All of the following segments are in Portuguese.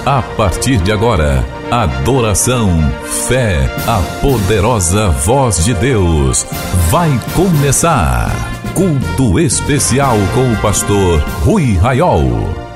A partir de agora, adoração, fé, a poderosa voz de Deus. Vai começar. Culto especial com o pastor Rui Raiol.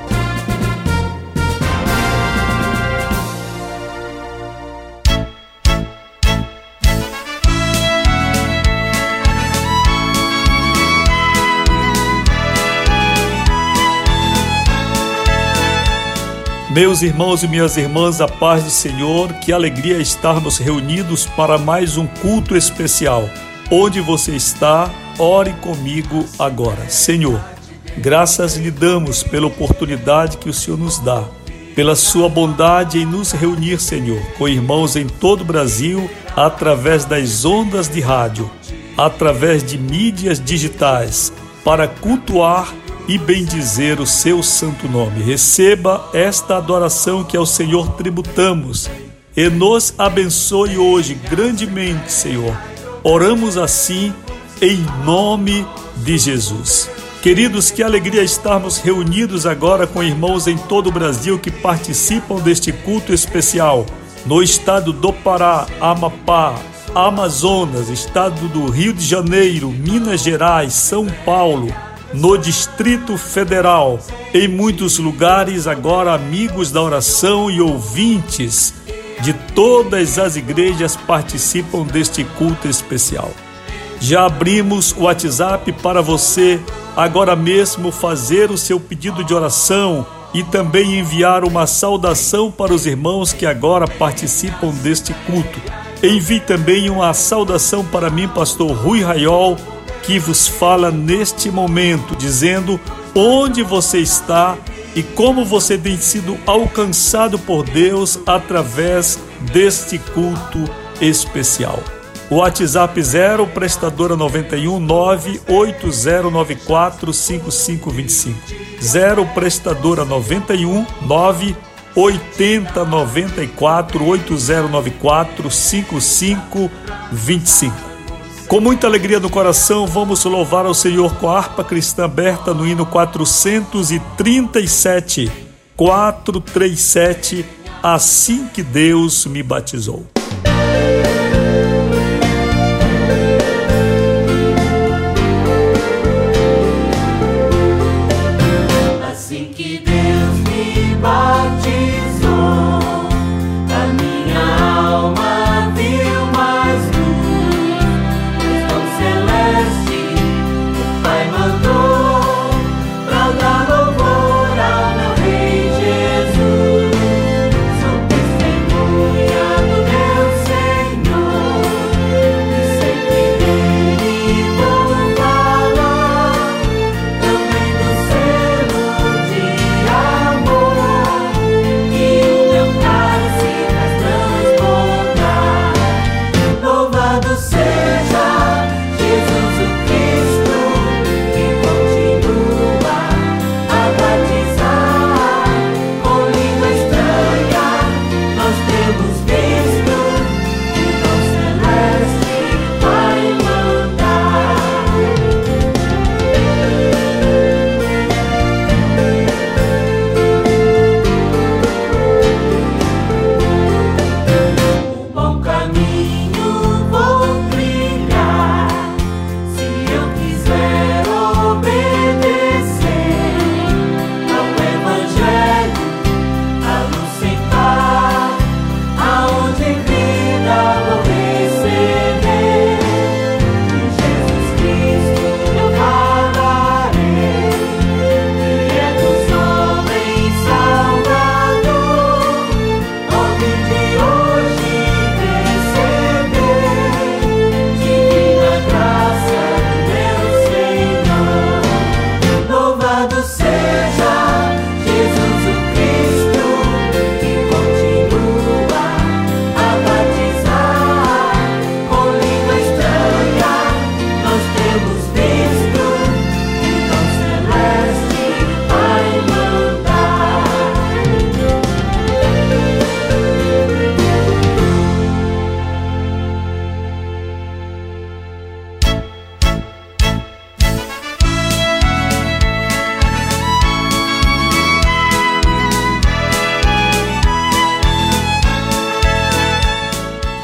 Meus irmãos e minhas irmãs, a paz do Senhor, que alegria estarmos reunidos para mais um culto especial. Onde você está, ore comigo agora. Senhor, graças lhe damos pela oportunidade que o Senhor nos dá, pela sua bondade em nos reunir, Senhor, com irmãos em todo o Brasil, através das ondas de rádio, através de mídias digitais, para cultuar e bendizer o seu santo nome. Receba esta adoração que ao Senhor tributamos e nos abençoe hoje grandemente, Senhor. Oramos assim em nome de Jesus. Queridos, que alegria estarmos reunidos agora com irmãos em todo o Brasil que participam deste culto especial, no estado do Pará, Amapá, Amazonas, estado do Rio de Janeiro, Minas Gerais, São Paulo, no Distrito Federal, em muitos lugares agora, amigos da oração e ouvintes de todas as igrejas participam deste culto especial. Já abrimos o WhatsApp para você agora mesmo fazer o seu pedido de oração e também enviar uma saudação para os irmãos que agora participam deste culto. Envie também uma saudação para mim, pastor Rui Raiol, que vos fala neste momento, dizendo onde você está e como você tem sido alcançado por Deus através deste culto especial. O WhatsApp 0, prestadora 91 98094 5525. 0, prestadora 91 98094 8094 5525. Com muita alegria no coração, vamos louvar ao Senhor com a harpa cristã aberta no hino 437. 437, assim que Deus me batizou. Assim que Deus me batizou, a minha alma viu mais luz. Celeste, o Pai mandou pra dar louvor ao meu Rei Jesus. Sou testemunha do Deus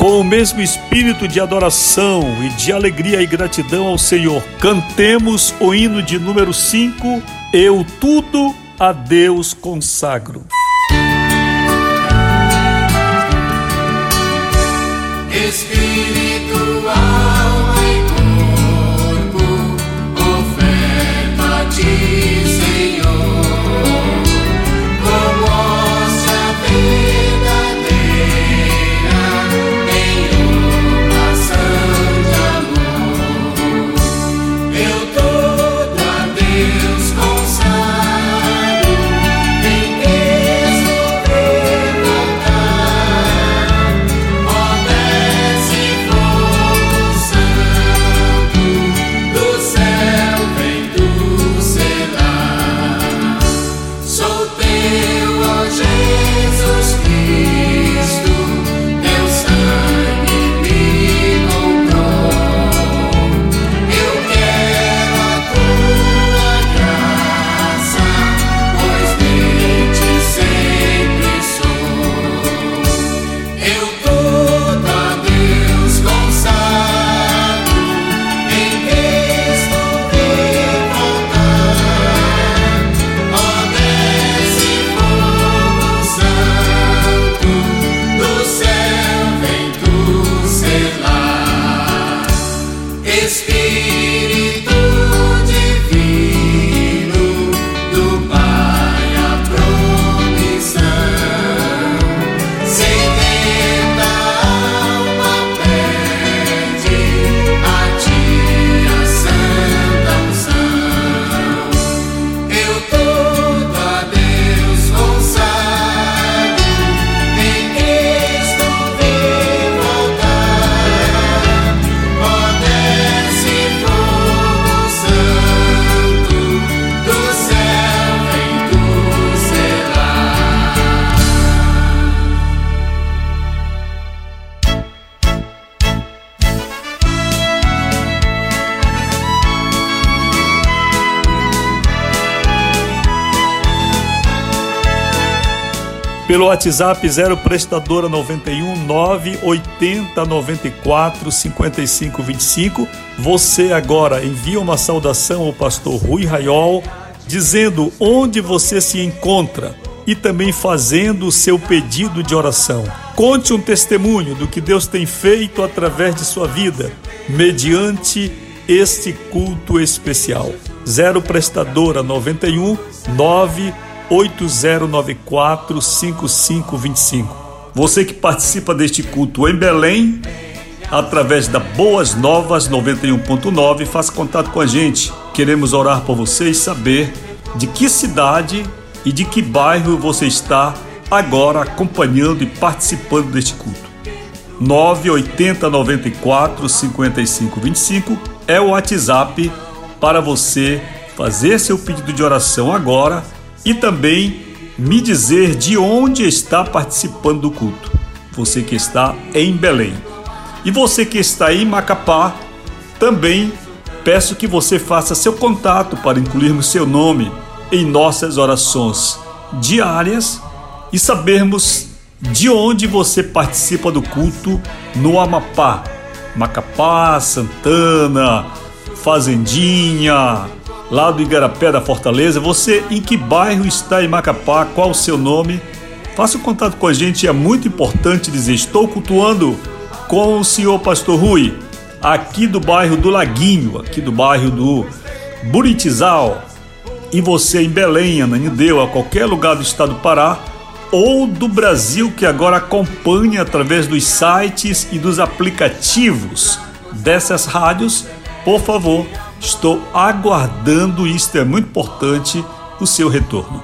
Com o mesmo espírito de adoração e de alegria e gratidão ao Senhor, cantemos o hino de número 5, Eu Tudo a Deus Consagro. Espírito, alma e corpo, oferta a ti, Senhor, como hóstia verdadeira, em oração de amor. Eu tudo a Deus consagro, em Cristo vivo voltar. Ó, desce fogo santo, do céu vem tu selar. Sou teu, ó Jesus Cristo, teu sangue me comprou. Eu quero a tua graça, pois de ti sempre sou. Eu tudo a Deus consagro, em Cristo vivo voltar. Ó, desce fogo santo, do céu vem tu selar. Espírito divino, do Pai a promissão, sedenta alma pede a ti a santa unção. Eu tudo a Deus consagro, em Cristo vivo voltar. Ó, desce fogo santo, do céu vem tu selar. Pelo WhatsApp 0 prestadora 91 980 94 55 25. Você agora envia uma saudação ao pastor Rui Raiol, dizendo onde você se encontra e também fazendo o seu pedido de oração. Conte um testemunho do que Deus tem feito através de sua vida, mediante este culto especial. 0 prestadora 91 98094 5525. Você que participa deste culto em Belém, através da Boas Novas 91.9, faça contato com a gente. Queremos orar por você e saber de que cidade e de que bairro você está agora acompanhando e participando deste culto. 980 94 55 25 é o WhatsApp para você fazer seu pedido de oração agora e também me dizer de onde está participando do culto. Você que está em Belém. E você que está em Macapá, também peço que você faça seu contato para incluirmos seu nome em nossas orações diárias e sabermos de onde você participa do culto no Amapá, Macapá, Santana, Fazendinha, lá do Igarapé da Fortaleza. Você em que bairro está em Macapá? Qual o seu nome? Faça um contato com a gente, é muito importante dizer: estou cultuando com o senhor pastor Rui, aqui do bairro do Laguinho, aqui do bairro do Buritizal. E você em Belém, Ananindeua, a qualquer lugar do estado do Pará ou do Brasil que agora acompanha através dos sites e dos aplicativos dessas rádios, por favor, estou aguardando, isto é muito importante, o seu retorno.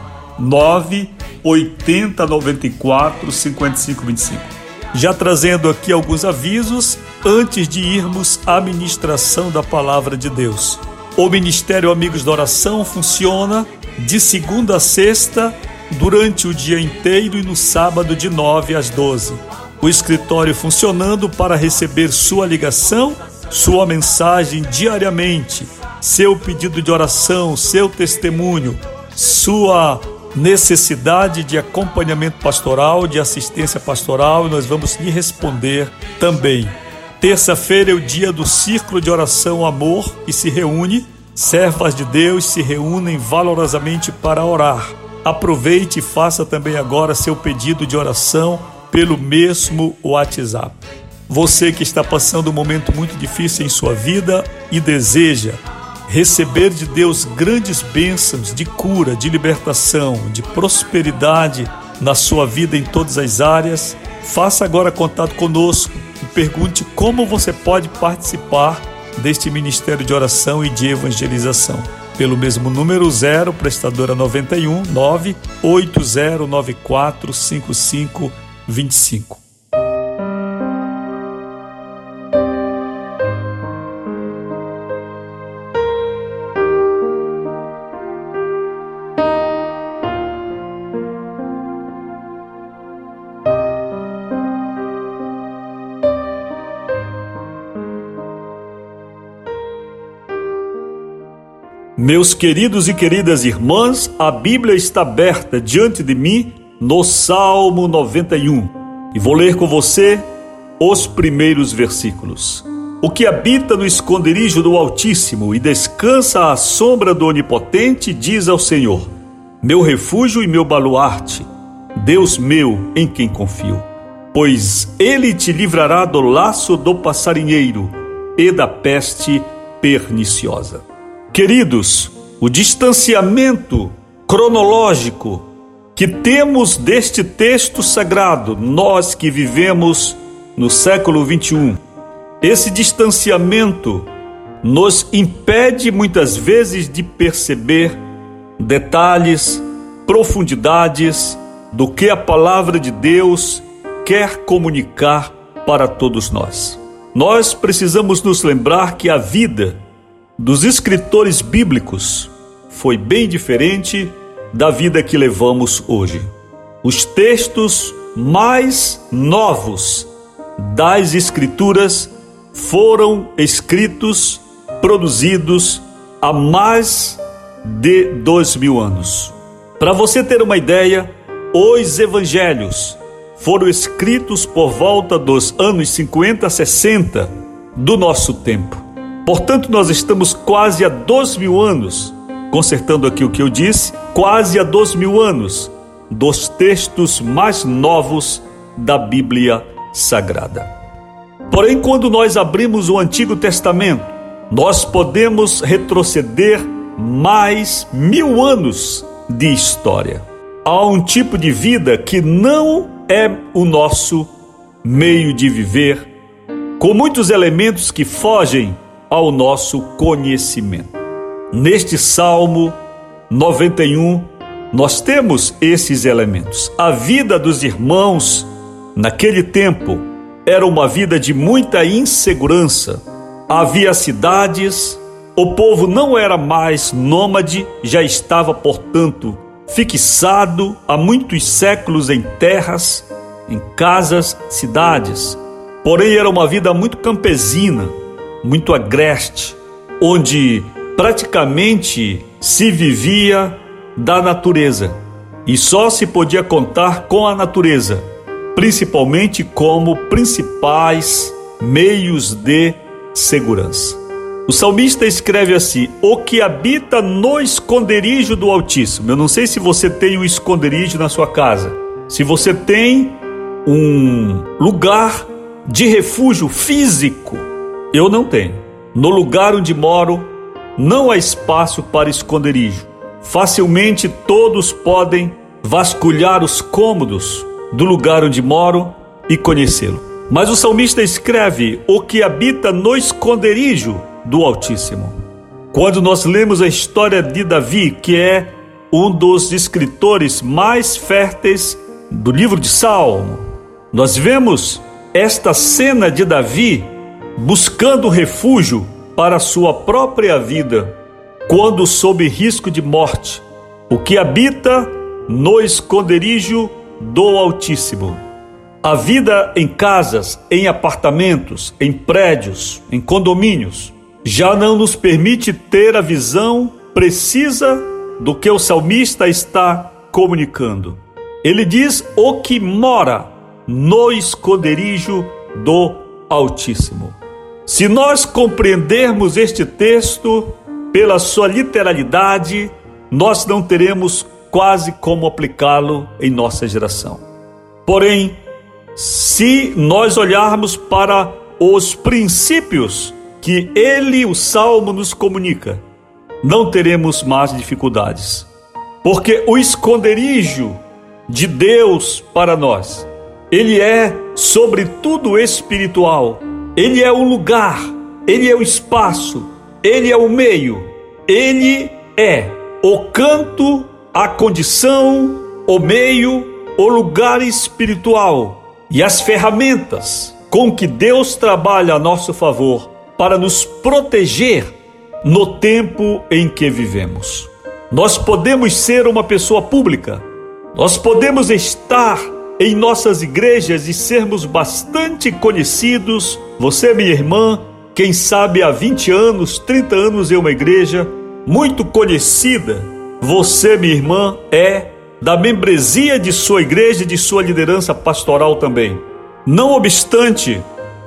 980 94 55 25. Já trazendo aqui alguns avisos antes de irmos à ministração da Palavra de Deus. O Ministério Amigos da Oração funciona de segunda a sexta, durante o dia inteiro e no sábado de 9 às 12. O escritório funcionando para receber sua ligação, sua mensagem diariamente, seu pedido de oração, seu testemunho, sua necessidade de acompanhamento pastoral, de assistência pastoral, e nós vamos lhe responder também. Terça-feira é o dia do Círculo de Oração Amor, que se reúne, servas de Deus se reúnem valorosamente para orar. Aproveite e faça também agora seu pedido de oração pelo mesmo WhatsApp. Você que está passando um momento muito difícil em sua vida e deseja receber de Deus grandes bênçãos de cura, de libertação, de prosperidade na sua vida em todas as áreas, faça agora contato conosco e pergunte como você pode participar deste ministério de oração e de evangelização. Pelo mesmo número 0, prestadora 91 98094 5525. Meus queridos e queridas irmãs, a Bíblia está aberta diante de mim no Salmo 91 e vou ler com você os primeiros versículos. O que habita no esconderijo do Altíssimo e descansa à sombra do Onipotente diz ao Senhor: meu refúgio e meu baluarte, Deus meu em quem confio. Pois Ele te livrará do laço do passarinheiro e da peste perniciosa. Queridos, o distanciamento cronológico que temos deste texto sagrado, nós que vivemos no século 21, esse distanciamento nos impede muitas vezes de perceber detalhes, profundidades do que a palavra de Deus quer comunicar para todos nós. Nós precisamos nos lembrar que a vida dos escritores bíblicos foi bem diferente da vida que levamos hoje. Os textos mais novos das Escrituras foram escritos, produzidos há mais de 2000 anos. Para você ter uma ideia, os evangelhos foram escritos por volta dos anos 50, 60 do nosso tempo. Portanto, nós estamos quase há 2000 anos, consertando aqui o que eu disse, quase há 2000 anos dos textos mais novos da Bíblia Sagrada. Porém, quando nós abrimos o Antigo Testamento, nós podemos retroceder mais 1000 anos de história. Há um tipo de vida que não é o nosso meio de viver, com muitos elementos que fogem ao nosso conhecimento. Neste Salmo 91, nós temos esses elementos. A vida dos irmãos naquele tempo era uma vida de muita insegurança. Havia cidades, o povo não era mais nômade, já estava, portanto, fixado há muitos séculos em terras, em casas, cidades. Porém, era uma vida muito campesina, muito agreste, onde praticamente se vivia da natureza e só se podia contar com a natureza, principalmente como principais meios de segurança. O salmista escreve assim: o que habita no esconderijo do Altíssimo. Eu não sei se você tem um esconderijo na sua casa, se você tem um lugar de refúgio físico. Eu não tenho. No lugar onde moro, não há espaço para esconderijo. Facilmente todos podem vasculhar os cômodos do lugar onde moro e conhecê-lo. Mas o salmista escreve: o que habita no esconderijo do Altíssimo. Quando nós lemos a história de Davi, que é um dos escritores mais férteis do livro de Salmo, nós vemos esta cena de Davi buscando refúgio para a sua própria vida, quando sob risco de morte. O que habita no esconderijo do Altíssimo. A vida em casas, em apartamentos, em prédios, em condomínios, já não nos permite ter a visão precisa do que o salmista está comunicando. Ele diz: o que mora no esconderijo do Altíssimo. Se nós compreendermos este texto pela sua literalidade, nós não teremos quase como aplicá-lo em nossa geração. Porém, se nós olharmos para os princípios que o Salmo nos comunica, não teremos mais dificuldades. Porque o esconderijo de Deus para nós, ele é sobretudo espiritual. Ele é o lugar, ele é o espaço, ele é o meio, ele é o canto, a condição, o meio, o lugar espiritual e as ferramentas com que Deus trabalha a nosso favor para nos proteger no tempo em que vivemos. Nós podemos ser uma pessoa pública, nós podemos estar em nossas igrejas e sermos bastante conhecidos. Você, minha irmã, quem sabe há 20 anos, 30 anos em uma igreja muito conhecida. Você, minha irmã, é da membresia de sua igreja e de sua liderança pastoral também. Não obstante,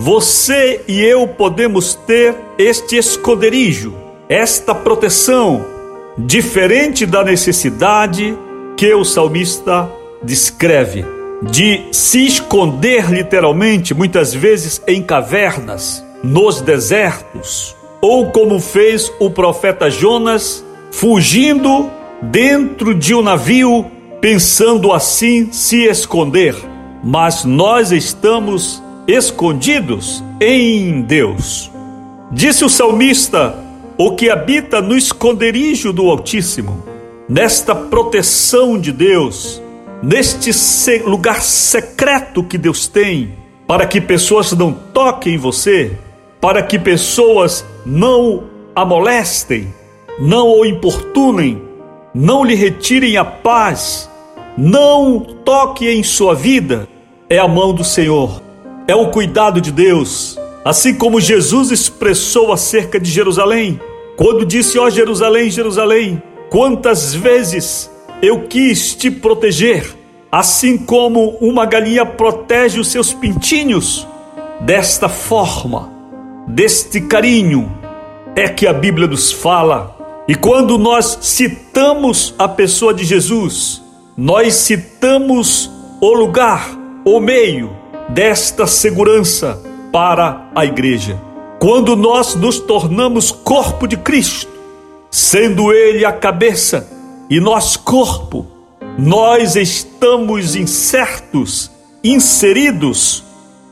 você e eu podemos ter este esconderijo, esta proteção, diferente da necessidade que o salmista descreve, de se esconder literalmente, muitas vezes em cavernas, nos desertos, ou como fez o profeta Jonas, fugindo dentro de um navio, pensando assim se esconder. Mas nós estamos escondidos em Deus. Disse o salmista: o que habita no esconderijo do Altíssimo, nesta proteção de Deus, neste lugar secreto que Deus tem, para que pessoas não toquem você, para que pessoas não a molestem, não o importunem, não lhe retirem a paz, não toquem em sua vida. É a mão do Senhor, é o cuidado de Deus. Assim como Jesus expressou acerca de Jerusalém, quando disse: ó Jerusalém, Jerusalém, quantas vezes eu quis te proteger, assim como uma galinha protege os seus pintinhos. Desta forma, deste carinho, é que a Bíblia nos fala. E quando nós citamos a pessoa de Jesus, nós citamos o lugar, o meio desta segurança para a igreja. Quando nós nos tornamos corpo de Cristo, sendo Ele a cabeça e nós corpo, nós estamos insertos, inseridos,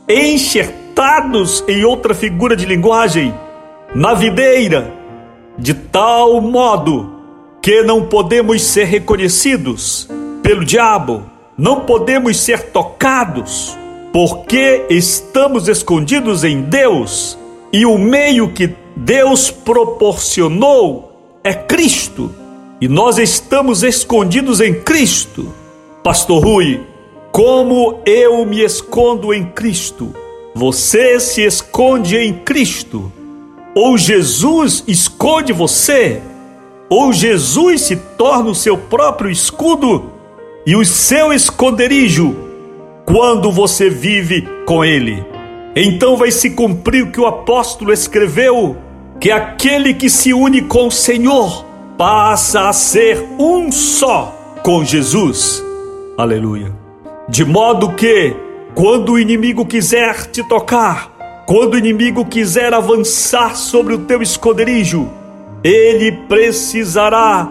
enxertados, em outra figura de linguagem, na videira, de tal modo que não podemos ser reconhecidos pelo diabo, não podemos ser tocados, porque estamos escondidos em Deus, e o meio que Deus proporcionou é Cristo, e nós estamos escondidos em Cristo. Pastor Rui, como eu me escondo em Cristo? Você se esconde em Cristo? Ou Jesus esconde você? Ou Jesus se torna o seu próprio escudo e o seu esconderijo quando você vive com Ele? Então vai se cumprir o que o apóstolo escreveu, que aquele que se une com o Senhor passa a ser um só com Jesus. Aleluia. De modo que, quando o inimigo quiser te tocar, quando o inimigo quiser avançar sobre o teu esconderijo, ele precisará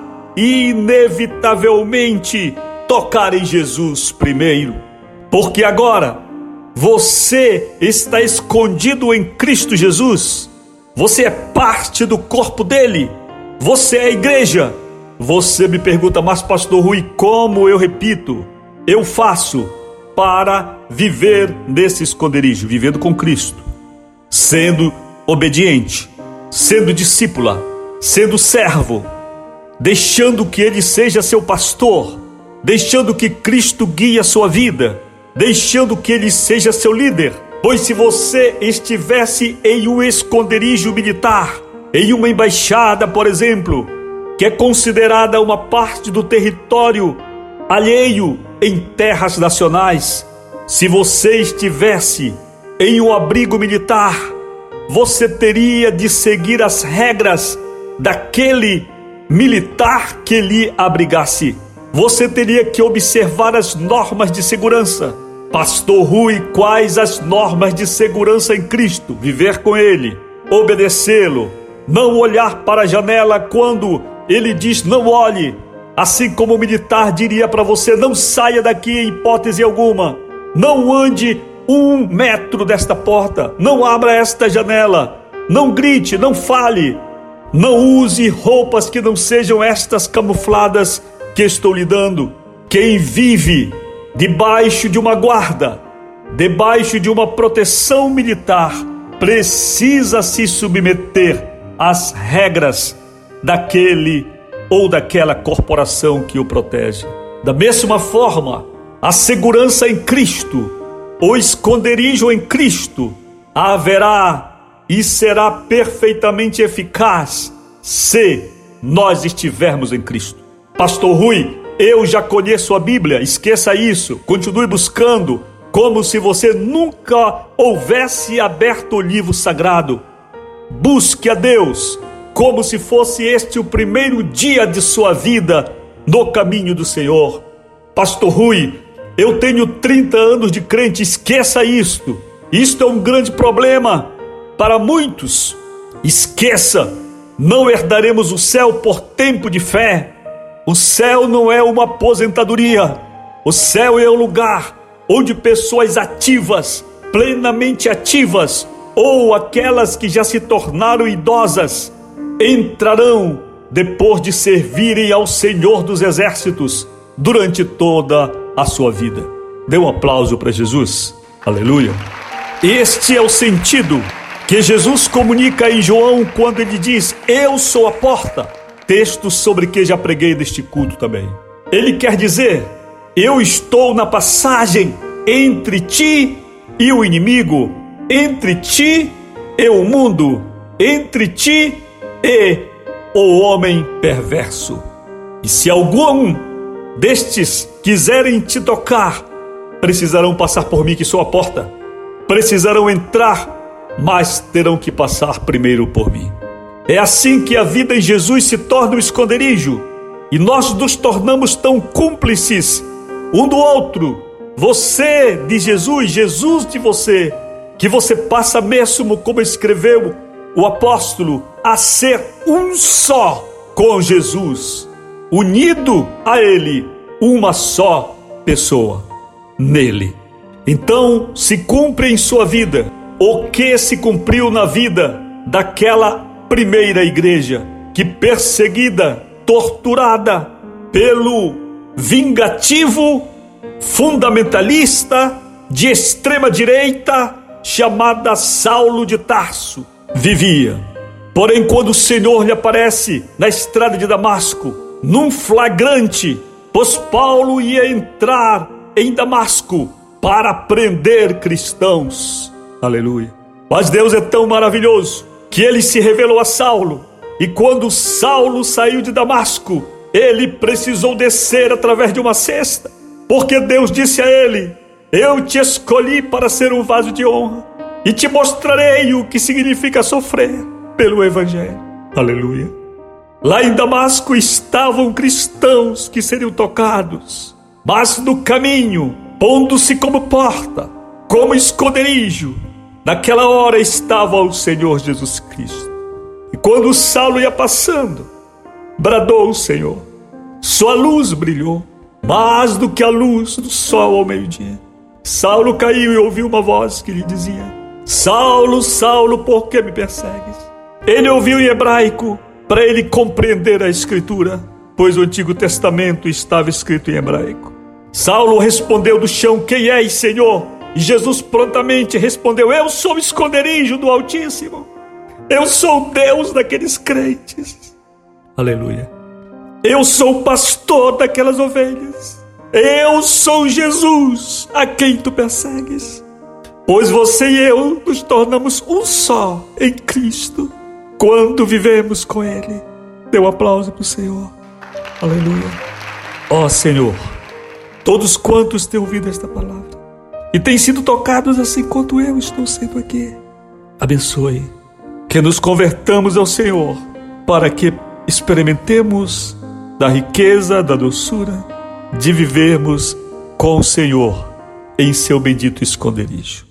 inevitavelmente tocar em Jesus primeiro, porque agora você está escondido em Cristo Jesus. Você é parte do corpo dele. Você é a igreja. Você me pergunta: mas pastor Rui, como eu faço para viver nesse esconderijo? Vivendo com Cristo, sendo obediente, sendo discípula, sendo servo, deixando que Ele seja seu pastor, deixando que Cristo guie a sua vida, deixando que Ele seja seu líder. Pois se você estivesse em um esconderijo militar, em uma embaixada, por exemplo, que é considerada uma parte do território alheio em terras nacionais. Se você estivesse em um abrigo militar, você teria de seguir as regras daquele militar que lhe abrigasse. Você teria que observar as normas de segurança. Pastor Rui, quais as normas de segurança em Cristo? Viver com Ele, obedecê-lo, não olhar para a janela quando Ele diz não olhe. Assim como o militar diria para você, não saia daqui em hipótese alguma. Não ande 1 metro desta porta, não abra esta janela, não grite, não fale, não use roupas que não sejam estas camufladas que estou lhe dando. Quem vive debaixo de uma guarda, debaixo de uma proteção militar, precisa se submeter às regras daquele ou daquela corporação que o protege. Da mesma forma, a segurança em Cristo, o esconderijo em Cristo, haverá e será perfeitamente eficaz se nós estivermos em Cristo. Pastor Rui, eu já conheço a Bíblia, esqueça isso, continue buscando, como se você nunca houvesse aberto o livro sagrado. Busque a Deus, como se fosse este o primeiro dia de sua vida no caminho do Senhor. Pastor Rui, eu tenho 30 anos de crente, esqueça isto. Isto é um grande problema para muitos. Esqueça, não herdaremos o céu por tempo de fé. O céu não é uma aposentadoria. O céu é um lugar onde pessoas ativas, plenamente ativas, ou aquelas que já se tornaram idosas, entrarão depois de servirem ao Senhor dos Exércitos durante toda a sua vida. Dê um aplauso para Jesus. Aleluia. Este é o sentido que Jesus comunica em João quando ele diz: eu sou a porta. Texto sobre que já preguei neste culto também. Ele quer dizer: eu estou na passagem entre ti e o inimigo, entre ti e o mundo, entre ti e o homem perverso. E se algum destes quiserem te tocar, precisarão passar por mim, que sou a porta. Precisarão entrar, mas terão que passar primeiro por mim. É assim que a vida em Jesus se torna um esconderijo, e nós nos tornamos tão cúmplices um do outro. Você de Jesus, Jesus de você, que você passa mesmo, como escreveu o apóstolo, a ser um só com Jesus, unido a Ele, uma só pessoa nele. Então se cumpre em sua vida o que se cumpriu na vida daquela primeira igreja, que perseguida, torturada pelo vingativo fundamentalista de extrema direita chamada Saulo de Tarso, vivia. Porém, quando o Senhor lhe aparece na estrada de Damasco, num flagrante, pois Paulo ia entrar em Damasco para prender cristãos. Aleluia. Mas Deus é tão maravilhoso que ele se revelou a Saulo, e quando Saulo saiu de Damasco, ele precisou descer através de uma cesta, porque Deus disse a ele: eu te escolhi para ser um vaso de honra, e te mostrarei o que significa sofrer pelo Evangelho. Aleluia. Lá em Damasco estavam cristãos que seriam tocados, mas no caminho, pondo-se como porta, como esconderijo, naquela hora estava o Senhor Jesus Cristo. E quando Saulo ia passando, bradou o Senhor, sua luz brilhou, mais do que a luz do sol ao meio-dia. Saulo caiu e ouviu uma voz que lhe dizia: Saulo, Saulo, por que me persegues? Ele ouviu em hebraico, para ele compreender a escritura, pois o Antigo Testamento estava escrito em hebraico. Saulo respondeu do chão: quem és, Senhor? E Jesus prontamente respondeu: eu sou o esconderijo do Altíssimo, eu sou o Deus daqueles crentes. Aleluia. Eu sou o pastor daquelas ovelhas, eu sou Jesus a quem tu persegues. Pois você e eu nos tornamos um só em Cristo quando vivemos com Ele. Dê um aplauso para o Senhor. Aleluia. Ó Senhor, todos quantos têm ouvido esta palavra e têm sido tocados assim quanto eu estou sendo aqui. Abençoe, que nos convertamos ao Senhor, para que experimentemos da riqueza, da doçura de vivermos com o Senhor em seu bendito esconderijo.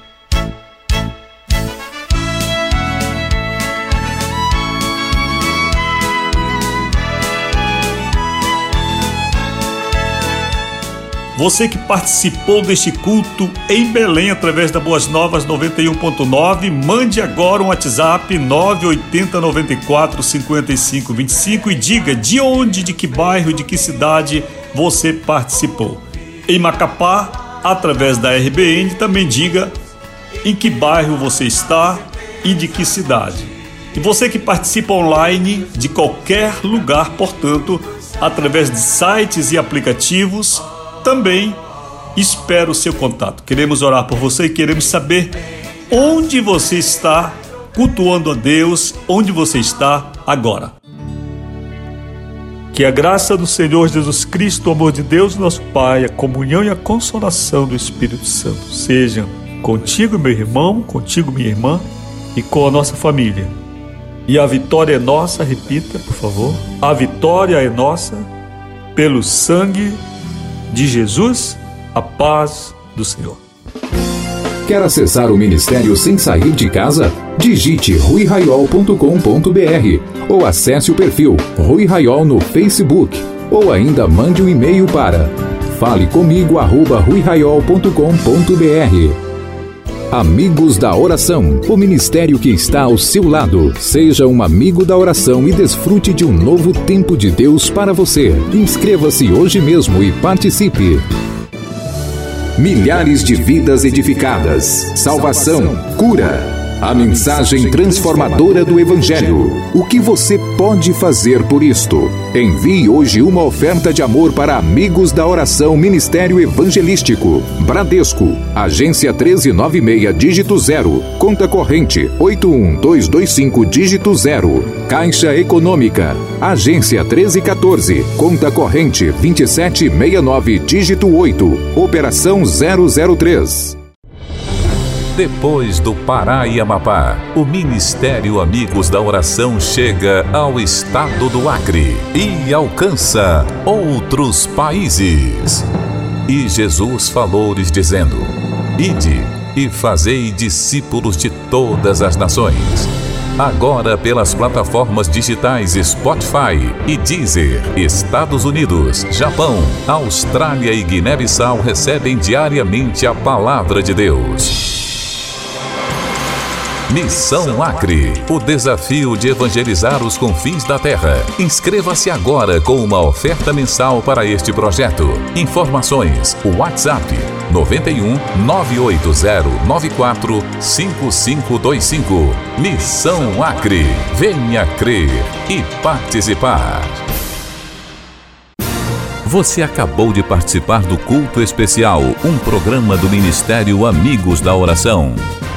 Você que participou deste culto em Belém através da Boas Novas 91.9, mande agora um WhatsApp 980 94 55 25 e diga de onde, de que bairro, de que cidade você participou. Em Macapá, através da RBN, também diga em que bairro você está e de que cidade. E você que participa online de qualquer lugar, portanto, através de sites e aplicativos, também espero o seu contato. Queremos orar por você e queremos saber onde você está cultuando a Deus, onde você está agora. Que a graça do Senhor Jesus Cristo, o amor de Deus, nosso Pai, a comunhão e a consolação do Espírito Santo sejam contigo, meu irmão, contigo, minha irmã, e com a nossa família. E a vitória é nossa, repita, por favor. A vitória é nossa pelo sangue de Jesus, a paz do Senhor. Quer acessar o ministério sem sair de casa? Digite ruiraiol.com.br ou acesse o perfil Rui Raiol no Facebook, ou ainda mande um e-mail para falecomigo@ruiraiol.com.br. Amigos da Oração, o ministério que está ao seu lado. Seja um amigo da oração e desfrute de um novo tempo de Deus para você. Inscreva-se hoje mesmo e participe. Milhares de vidas edificadas, salvação, cura. A mensagem transformadora do Evangelho. O que você pode fazer por isto? Envie hoje uma oferta de amor para Amigos da Oração Ministério Evangelístico. Bradesco, agência 1396, dígito 0. Conta corrente 81225, dígito 0. Caixa Econômica, agência 1314. Conta corrente 2769, dígito 8. Operação 003. Depois do Pará e Amapá, o Ministério Amigos da Oração chega ao estado do Acre e alcança outros países. E Jesus falou-lhes dizendo: Ide e fazei discípulos de todas as nações. Agora pelas plataformas digitais Spotify e Deezer, Estados Unidos, Japão, Austrália e Guiné-Bissau recebem diariamente a Palavra de Deus. Missão Acre, o desafio de evangelizar os confins da terra. Inscreva-se agora com uma oferta mensal para este projeto. Informações: WhatsApp 91 980 94 5525. Missão Acre. Venha crer e participar. Você acabou de participar do Culto Especial, um programa do Ministério Amigos da Oração.